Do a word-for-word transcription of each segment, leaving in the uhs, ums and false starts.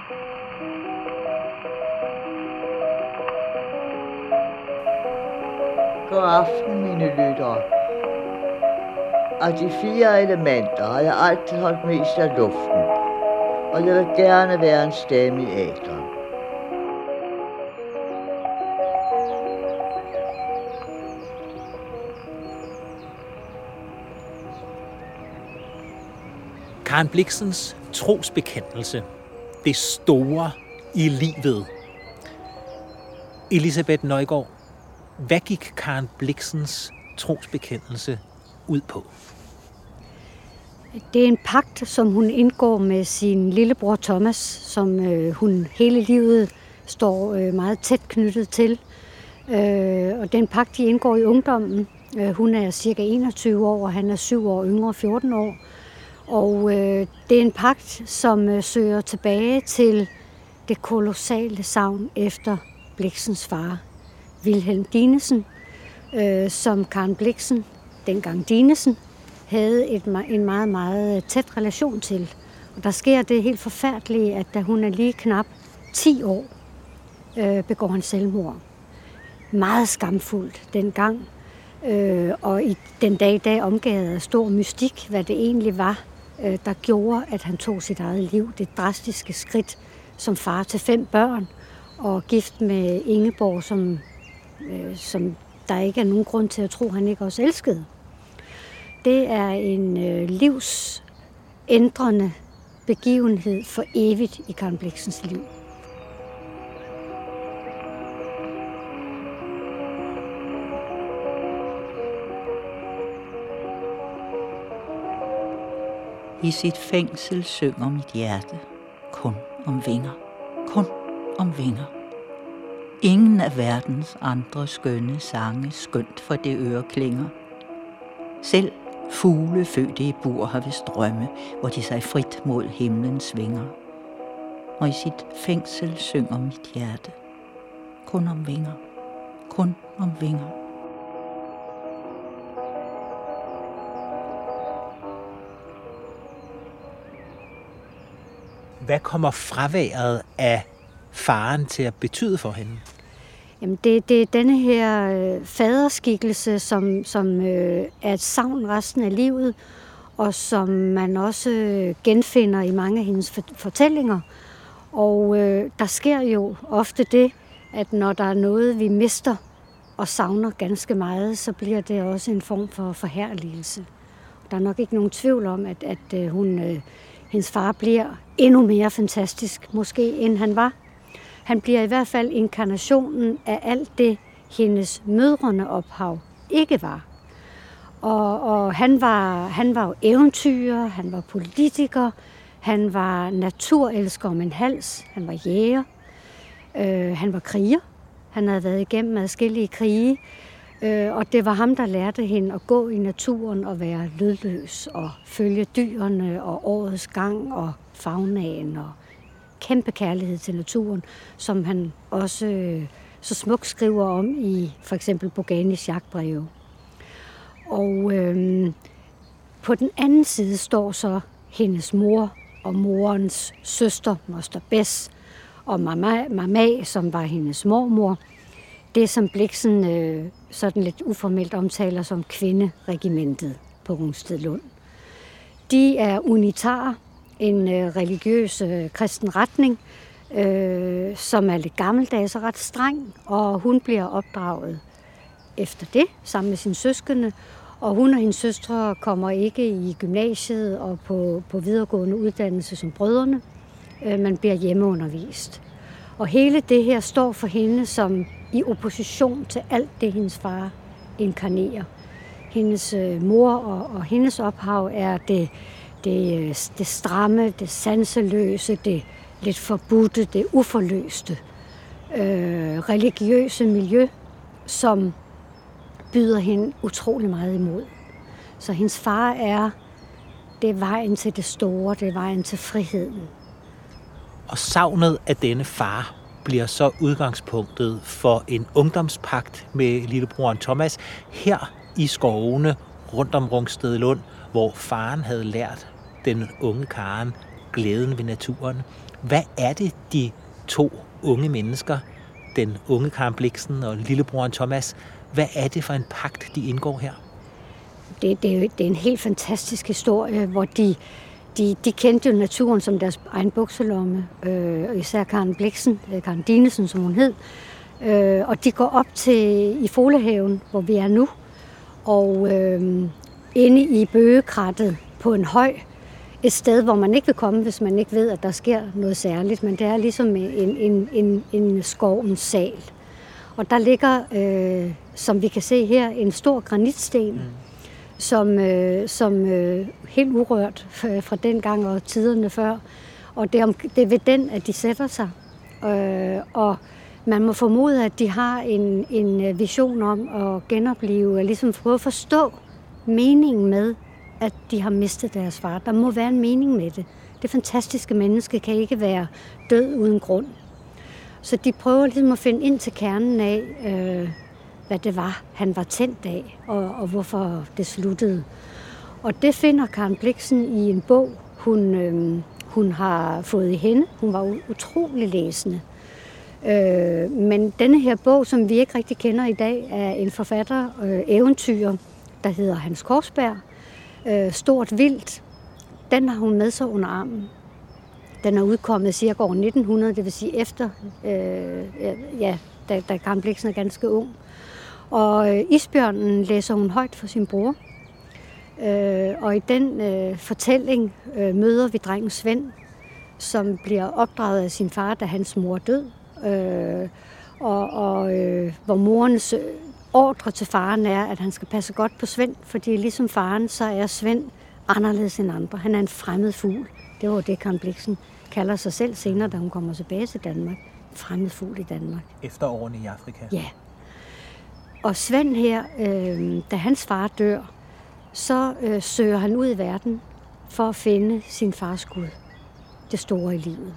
God aften, mine lyttere. Af de fire elementer har jeg altid holdt mest af luften, og jeg vil gerne være en stemme i æteren. Karen Blixens trosbekendelse. Det store i livet. Elisabeth Nøjgaard, hvad gik Karen Blixens trosbekendelse ud på? Det er en pagt, som hun indgår med sin lillebror Thomas, som øh, hun hele livet står øh, meget tæt knyttet til. Øh, og den pagt, de indgår i ungdommen. Øh, hun er cirka enogtyve år, og han er syv år yngre, fjorten år. Og øh, det er en pagt, som øh, søger tilbage til det kolossale savn efter Blixens far, Wilhelm Dinesen, øh, som Karen Blixen, dengang Dinesen, havde et, en meget, meget tæt relation til. Og der sker det helt forfærdelige, at da hun er lige knap ti år, øh, begår han selvmord. Meget skamfuldt dengang, øh, og i den dag i dag omgavet af stor mystik, hvad det egentlig var, øh, der gjorde, at han tog sit eget liv. Det drastiske skridt som far til fem børn, og gift med Ingeborg, som, øh, som der ikke er nogen grund til at tro, han ikke også elskede. Det er en øh, livsændrende begivenhed for evigt i Karen Blixens liv. I sit fængsel synger mit hjerte kun om vinger, kun om vinger. Ingen af verdens andre skønne sange skønt for det øre klinger. Selv fugle fødte i bur har vist drømme, hvor de sig frit mod himlen svinger. Og i sit fængsel synger mit hjerte kun om vinger, kun om vinger. Hvad kommer fraværet af faren til at betyde for hende? Jamen det, det er denne her øh, faderskikkelse, som, som øh, er et savn resten af livet, og som man også øh, genfinder i mange af hendes for, fortællinger. Og øh, der sker jo ofte det, at når der er noget, vi mister og savner ganske meget, så bliver det også en form for forherligelse. Der er nok ikke nogen tvivl om, at, at øh, hun, øh, hendes far bliver endnu mere fantastisk, måske end han var. Han bliver i hvert fald inkarnationen af alt det, hendes mødrene ophav ikke var. Og, og han var, han var jo eventyrer, han var politiker, han var naturelsker om en hals, han var jæger, øh, han var kriger. Han havde været igennem adskillige krige, øh, og det var ham, der lærte hende at gå i naturen og være lydløs og følge dyrene og årets gang og faunaen og kæmpe kærlighed til naturen, som han også øh, så smukt skriver om i for eksempel Boganis jagtbreve. Og øh, på den anden side står så hendes mor og morens søster, moster Bess, og mama, mama, som var hendes mormor. Det, som Blixen øh, sådan lidt uformelt omtaler som kvinderegimentet på Rungstedlund. De er unitarer, en øh, religiøs øh, kristen retning, øh, som er lidt gammeldags og ret streng, og hun bliver opdraget efter det, sammen med sine søskende, og hun og hendes søstre kommer ikke i gymnasiet og på, på videregående uddannelse som brødrene, øh, man bliver hjemmeundervist. Og hele det her står for hende som i opposition til alt det, hendes far inkarnerer. Hendes øh, mor og, og hendes ophav er det, det, det stramme, det sanseløse, det lidt forbudte, det uforløste, øh, religiøse miljø, som byder hende utrolig meget imod. Så hendes far er, det er vejen til det store, det er vejen til friheden. Og savnet af denne far bliver så udgangspunktet for en ungdomspagt med lillebroren Thomas her i skovene rundt om Rungstedlund, hvor faren havde lært den unge Karen glæden ved naturen. Hvad er det, de to unge mennesker, den unge Karen Blixen og lillebroren Thomas, hvad er det for en pagt, de indgår her? Det, det, er, det er en helt fantastisk historie, hvor de, de, de kendte jo naturen som deres egen bukselomme, øh, især Karen Blixen, øh, Karen Dinesen, som hun hed. Øh, og de går op til i Folehaven, hvor vi er nu, og øh, inde i bøgekrattet på en høj, et sted, hvor man ikke vil komme, hvis man ikke ved, at der sker noget særligt, men det er ligesom en, en, en, en skovens sal. Og der ligger, øh, som vi kan se her, en stor granitsten, mm. som, øh, som øh, helt urørt fra den gang og tiderne før. Og det er, det er ved den, at de sætter sig. Øh, og man må formode, at de har en, en vision om at genopleve, og ligesom prøve at forstå meningen med, at de har mistet deres far. Der må være en mening med det. Det fantastiske menneske kan ikke være død uden grund. Så de prøver ligesom at finde ind til kernen af, øh, hvad det var, han var tændt af, og, og hvorfor det sluttede. Og det finder Karen Blixen i en bog, hun, øh, hun har fået i hende. Hun var utrolig læsende. Øh, men denne her bog, som vi ikke rigtig kender i dag, er en forfatter, øh, eventyr, der hedder Hans Korsberg. Øh, Stort vildt. Den har hun med sig under armen. Den er udkommet cirka år nitten hundrede, det vil sige efter, øh, ja, da, da Karen Blixen er ganske ung. Og øh, Isbjørnen læser hun højt for sin bror. Øh, og i den øh, fortælling øh, møder vi drengen Svend, som bliver opdraget af sin far, da hans mor er død. Øh, og og øh, hvor morens ordre til faren er, at han skal passe godt på Svend, fordi ligesom faren, så er Svend anderledes end andre. Han er en fremmed fugl. Det var det, Karen Blixen kalder sig selv senere, da hun kommer tilbage til Danmark. Fremmed fugl i Danmark. Efter årene i Afrika? Ja. Og Svend her, øh, da hans far dør, så øh, søger han ud i verden for at finde sin fars Gud. Det store i livet.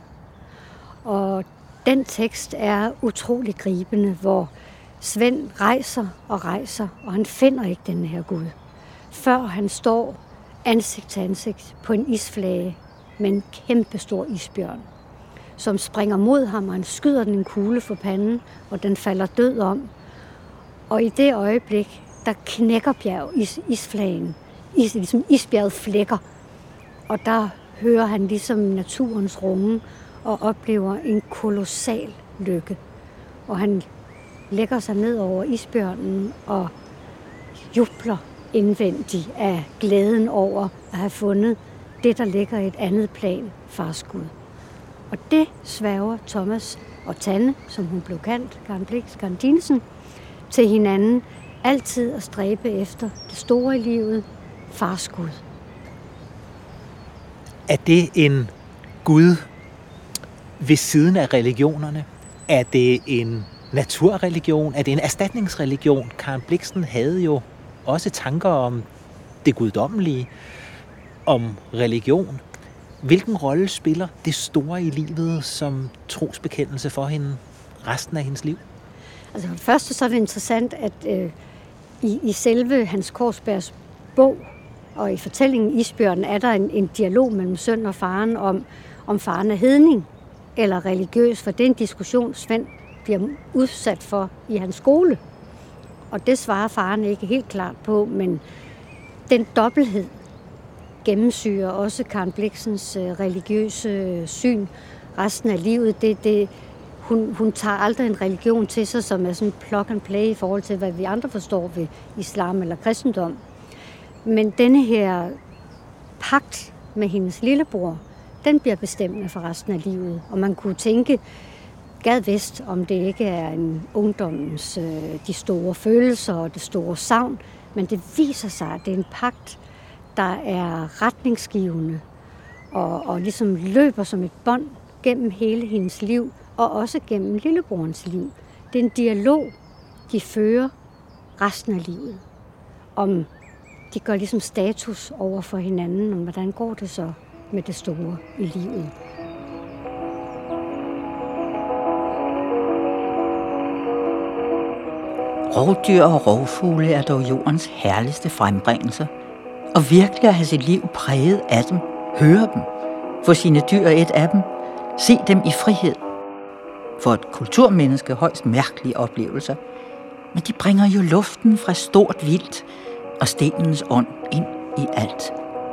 Og den tekst er utrolig gribende, hvor Svend rejser og rejser, og han finder ikke den her Gud, før han står ansigt til ansigt på en isflage med en kæmpe stor isbjørn, som springer mod ham, og han skyder den en kugle for panden, og den falder død om. Og i det øjeblik, der knækker bjerg, is, isflagen, is, ligesom isbjerget flækker, og der hører han ligesom naturens runge og oplever en kolossal lykke. Og han lægger sig ned over isbjørnen og jubler indvendigt af glæden over at have fundet det, der ligger i et andet plan, fars Gud. Og det sværger Thomas og Tanne, som hun blev kaldt, Karen Blixen, Karen Dinesen, til hinanden altid at stræbe efter det store i livet, fars Gud. Er det en Gud ved siden af religionerne? Er det en naturreligion? Er det en erstatningsreligion? Karen Blixen havde jo også tanker om det guddommelige, om religion. Hvilken rolle spiller det store i livet som trosbekendelse for hende resten af hendes liv? Altså for det første så er det interessant, at øh, i, i selve Hans Korsbergs bog og i fortællingen Isbjørnen er der en, en dialog mellem søn og faren om, om faren er hedning eller religiøs, for det er en diskussion, Svend bliver udsat for i hans skole. Og det svarer faren ikke helt klart på, men den dobbelthed gennemsyrer også Karen Blixens religiøse syn resten af livet. Det, det, hun, hun tager aldrig en religion til sig, som er sådan plug and play i forhold til, hvad vi andre forstår ved islam eller kristendom. Men denne her pagt med hendes lillebror, den bliver bestemmende for resten af livet. Og man kunne tænke, gad vidst, om det ikke er en ungdommens, de store følelser og det store savn, men det viser sig, at det er en pagt, der er retningsgivende og, og ligesom løber som et bånd gennem hele hendes liv, og også gennem lillebrorens liv. Det er en dialog, de fører resten af livet. Om de gør ligesom status over for hinanden, om hvordan går det så med det store i livet. Rovdyr og rovfugle er dog jordens herligste frembringelser, og virkelig at have sit liv præget af dem, høre dem, Få sine dyr et af dem. Se dem i frihed. For et kulturmenneske højst mærkelige oplevelser. Men de bringer jo luften fra stort vildt og stenens ånd ind i alt.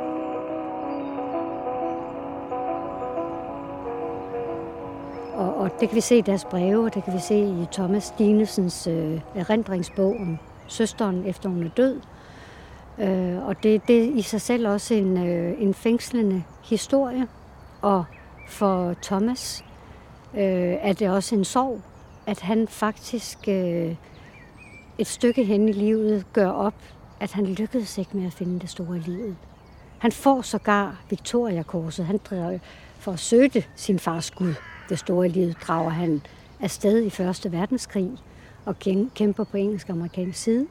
Og, og det kan vi se i deres breve, og det kan vi se i Thomas Dinesens øh, erindringsbog om søsteren, efter hun er død. Øh, og det, det er i sig selv også en, øh, en fængslende historie. Og for Thomas øh, er det også en sorg, at han faktisk øh, et stykke hen i livet gør op, at han lykkedes ikke med at finde det store i livet. Han får sågar Victoria-korset. Han drev for at søge sin fars Gud. Det store i livet drager han afsted i første verdenskrig og kæmper på engelsk og amerikansk side.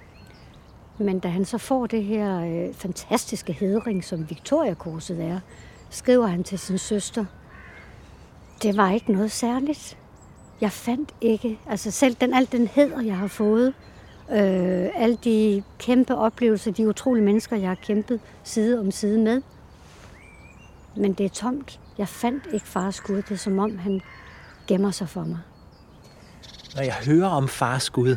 Men da han så får det her øh, fantastiske hædring, som Victoria-korset er, skriver han til sin søster, det var ikke noget særligt. Jeg fandt ikke, altså selv den, al den hæder, jeg har fået, øh, alle de kæmpe oplevelser, de utrolige mennesker, jeg har kæmpet side om side med. Men det er tomt. Jeg fandt ikke fars Gud. Det er som om, han gemmer sig for mig. Når jeg hører om fars Gud,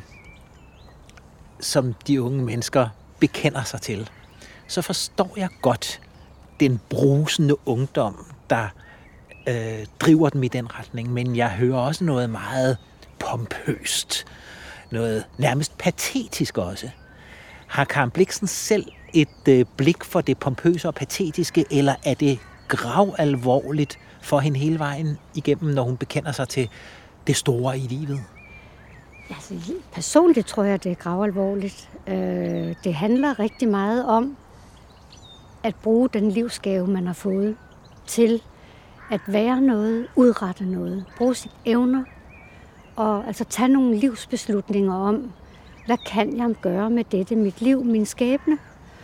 som de unge mennesker bekender sig til, så forstår jeg godt den brusende ungdom, der øh, driver dem i den retning. Men jeg hører også noget meget pompøst, noget nærmest patetisk også. Har Karen Blixen selv et øh, blik for det pompøse og patetiske, eller er det gravalvorligt for hende hele vejen igennem, når hun bekender sig til det store i livet? Altså, personligt tror jeg, det er gravalvorligt. Øh, det handler rigtig meget om at bruge den livsgave, man har fået, til at være noget, udrette noget, bruge sine evner, og altså tage nogle livsbeslutninger om, hvad kan jeg gøre med dette, mit liv, min skæbne,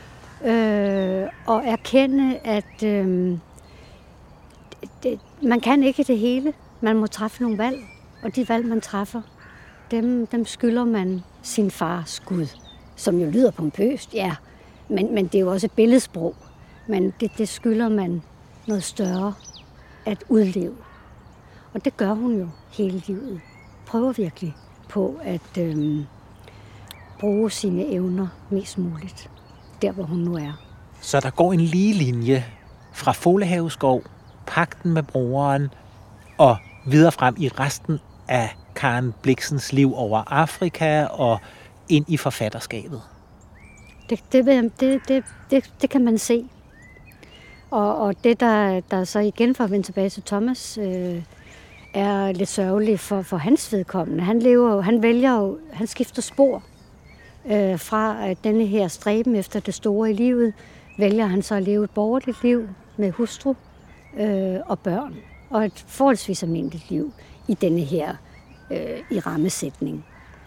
øh, og erkende, at øh, det, man kan ikke det hele. Man må træffe nogle valg, og de valg, man træffer, dem, dem skylder man sin fars Gud, som jo lyder pompøst, ja, men, men det er jo også et billedsprog. Men det, det skylder man noget større at udleve. Og det gør hun jo hele livet. Prøver virkelig på at øhm, bruge sine evner mest muligt, der hvor hun nu er. Så der går en lige linje fra Folehaveskov, pagten med broren og videre frem i resten af Karen Blixens liv over Afrika og ind i forfatterskabet. Det, det, det, det, det, det kan man se. Og, og det, der, der så igen for at vende tilbage til Thomas, øh, er lidt sørgeligt for, for hans vedkommende. Han, lever, han vælger jo, han skifter spor øh, fra at denne her stræben efter det store i livet, vælger han så at leve et borgerligt liv med hustru øh, og børn, og et forholdsvis almindeligt liv i denne her øh, i rammesætning.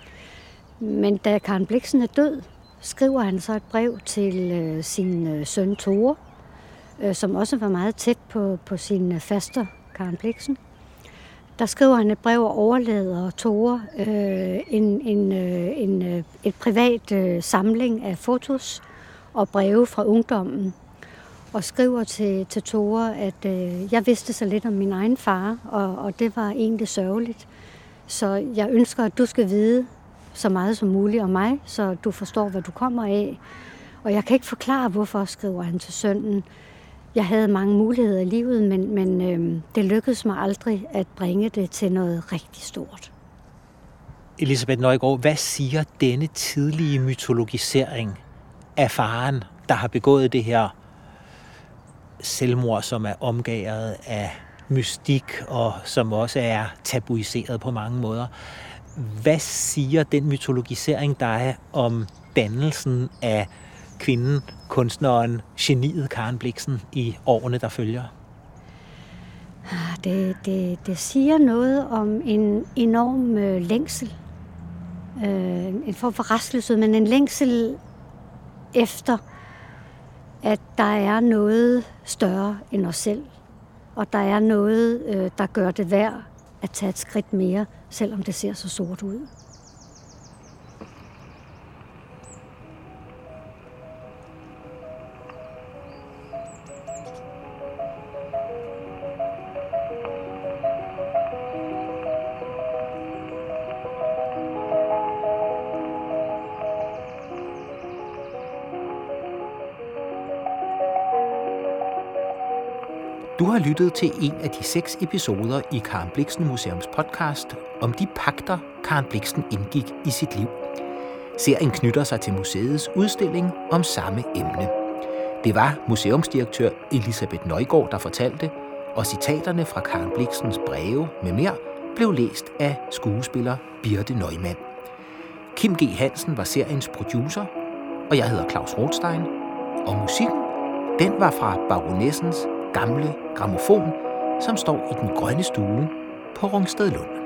Men da Karen Blixen er død, skriver han så et brev til øh, sin øh, søn Tore, øh, som også var meget tæt på, på sin øh, faster, Karen Blixen. Der skriver han et brev og overlader Tore øh, en, en, øh, en, øh, et privat øh, samling af fotos og breve fra ungdommen, og skriver til, til Tore, at øh, jeg vidste så lidt om min egen far, og, og det var egentlig sørgeligt. Så jeg ønsker, at du skal vide så meget som muligt om mig, så du forstår, hvad du kommer af. Og jeg kan ikke forklare, hvorfor, skriver han til sønnen. Jeg havde mange muligheder i livet, men, men øh, det lykkedes mig aldrig at bringe det til noget rigtig stort. Elisabeth Nøjgaard, hvad siger denne tidlige mytologisering af faren, der har begået det her selvmord, som er omgået af mystik og som også er tabuiseret på mange måder? Hvad siger den mytologisering, der er om dannelsen af kvinden, kunstneren, geniet Karen Blixen i årene, der følger? Det, det, det siger noget om en enorm øh, længsel. Øh, en form for rastløshed, men en længsel efter, at der er noget større end os selv. Og der er noget, øh, der gør det værd at tage et skridt mere, selvom det ser så sort ud. Du har lyttet til en af de seks episoder i Karen Blixen Museums podcast om de pagter, Karen Blixen indgik i sit liv. Serien knytter sig til museets udstilling om samme emne. Det var museumsdirektør Elisabeth Nøjgaard, der fortalte, og citaterne fra Karen Blixens breve med mere blev læst af skuespiller Birte Neumann. Kim G. Hansen var seriens producer, og jeg hedder Claus Rothstein. Og musikken, den var fra Baronessens gamle grammofon, som står i den grønne stue på Rungsted Lund.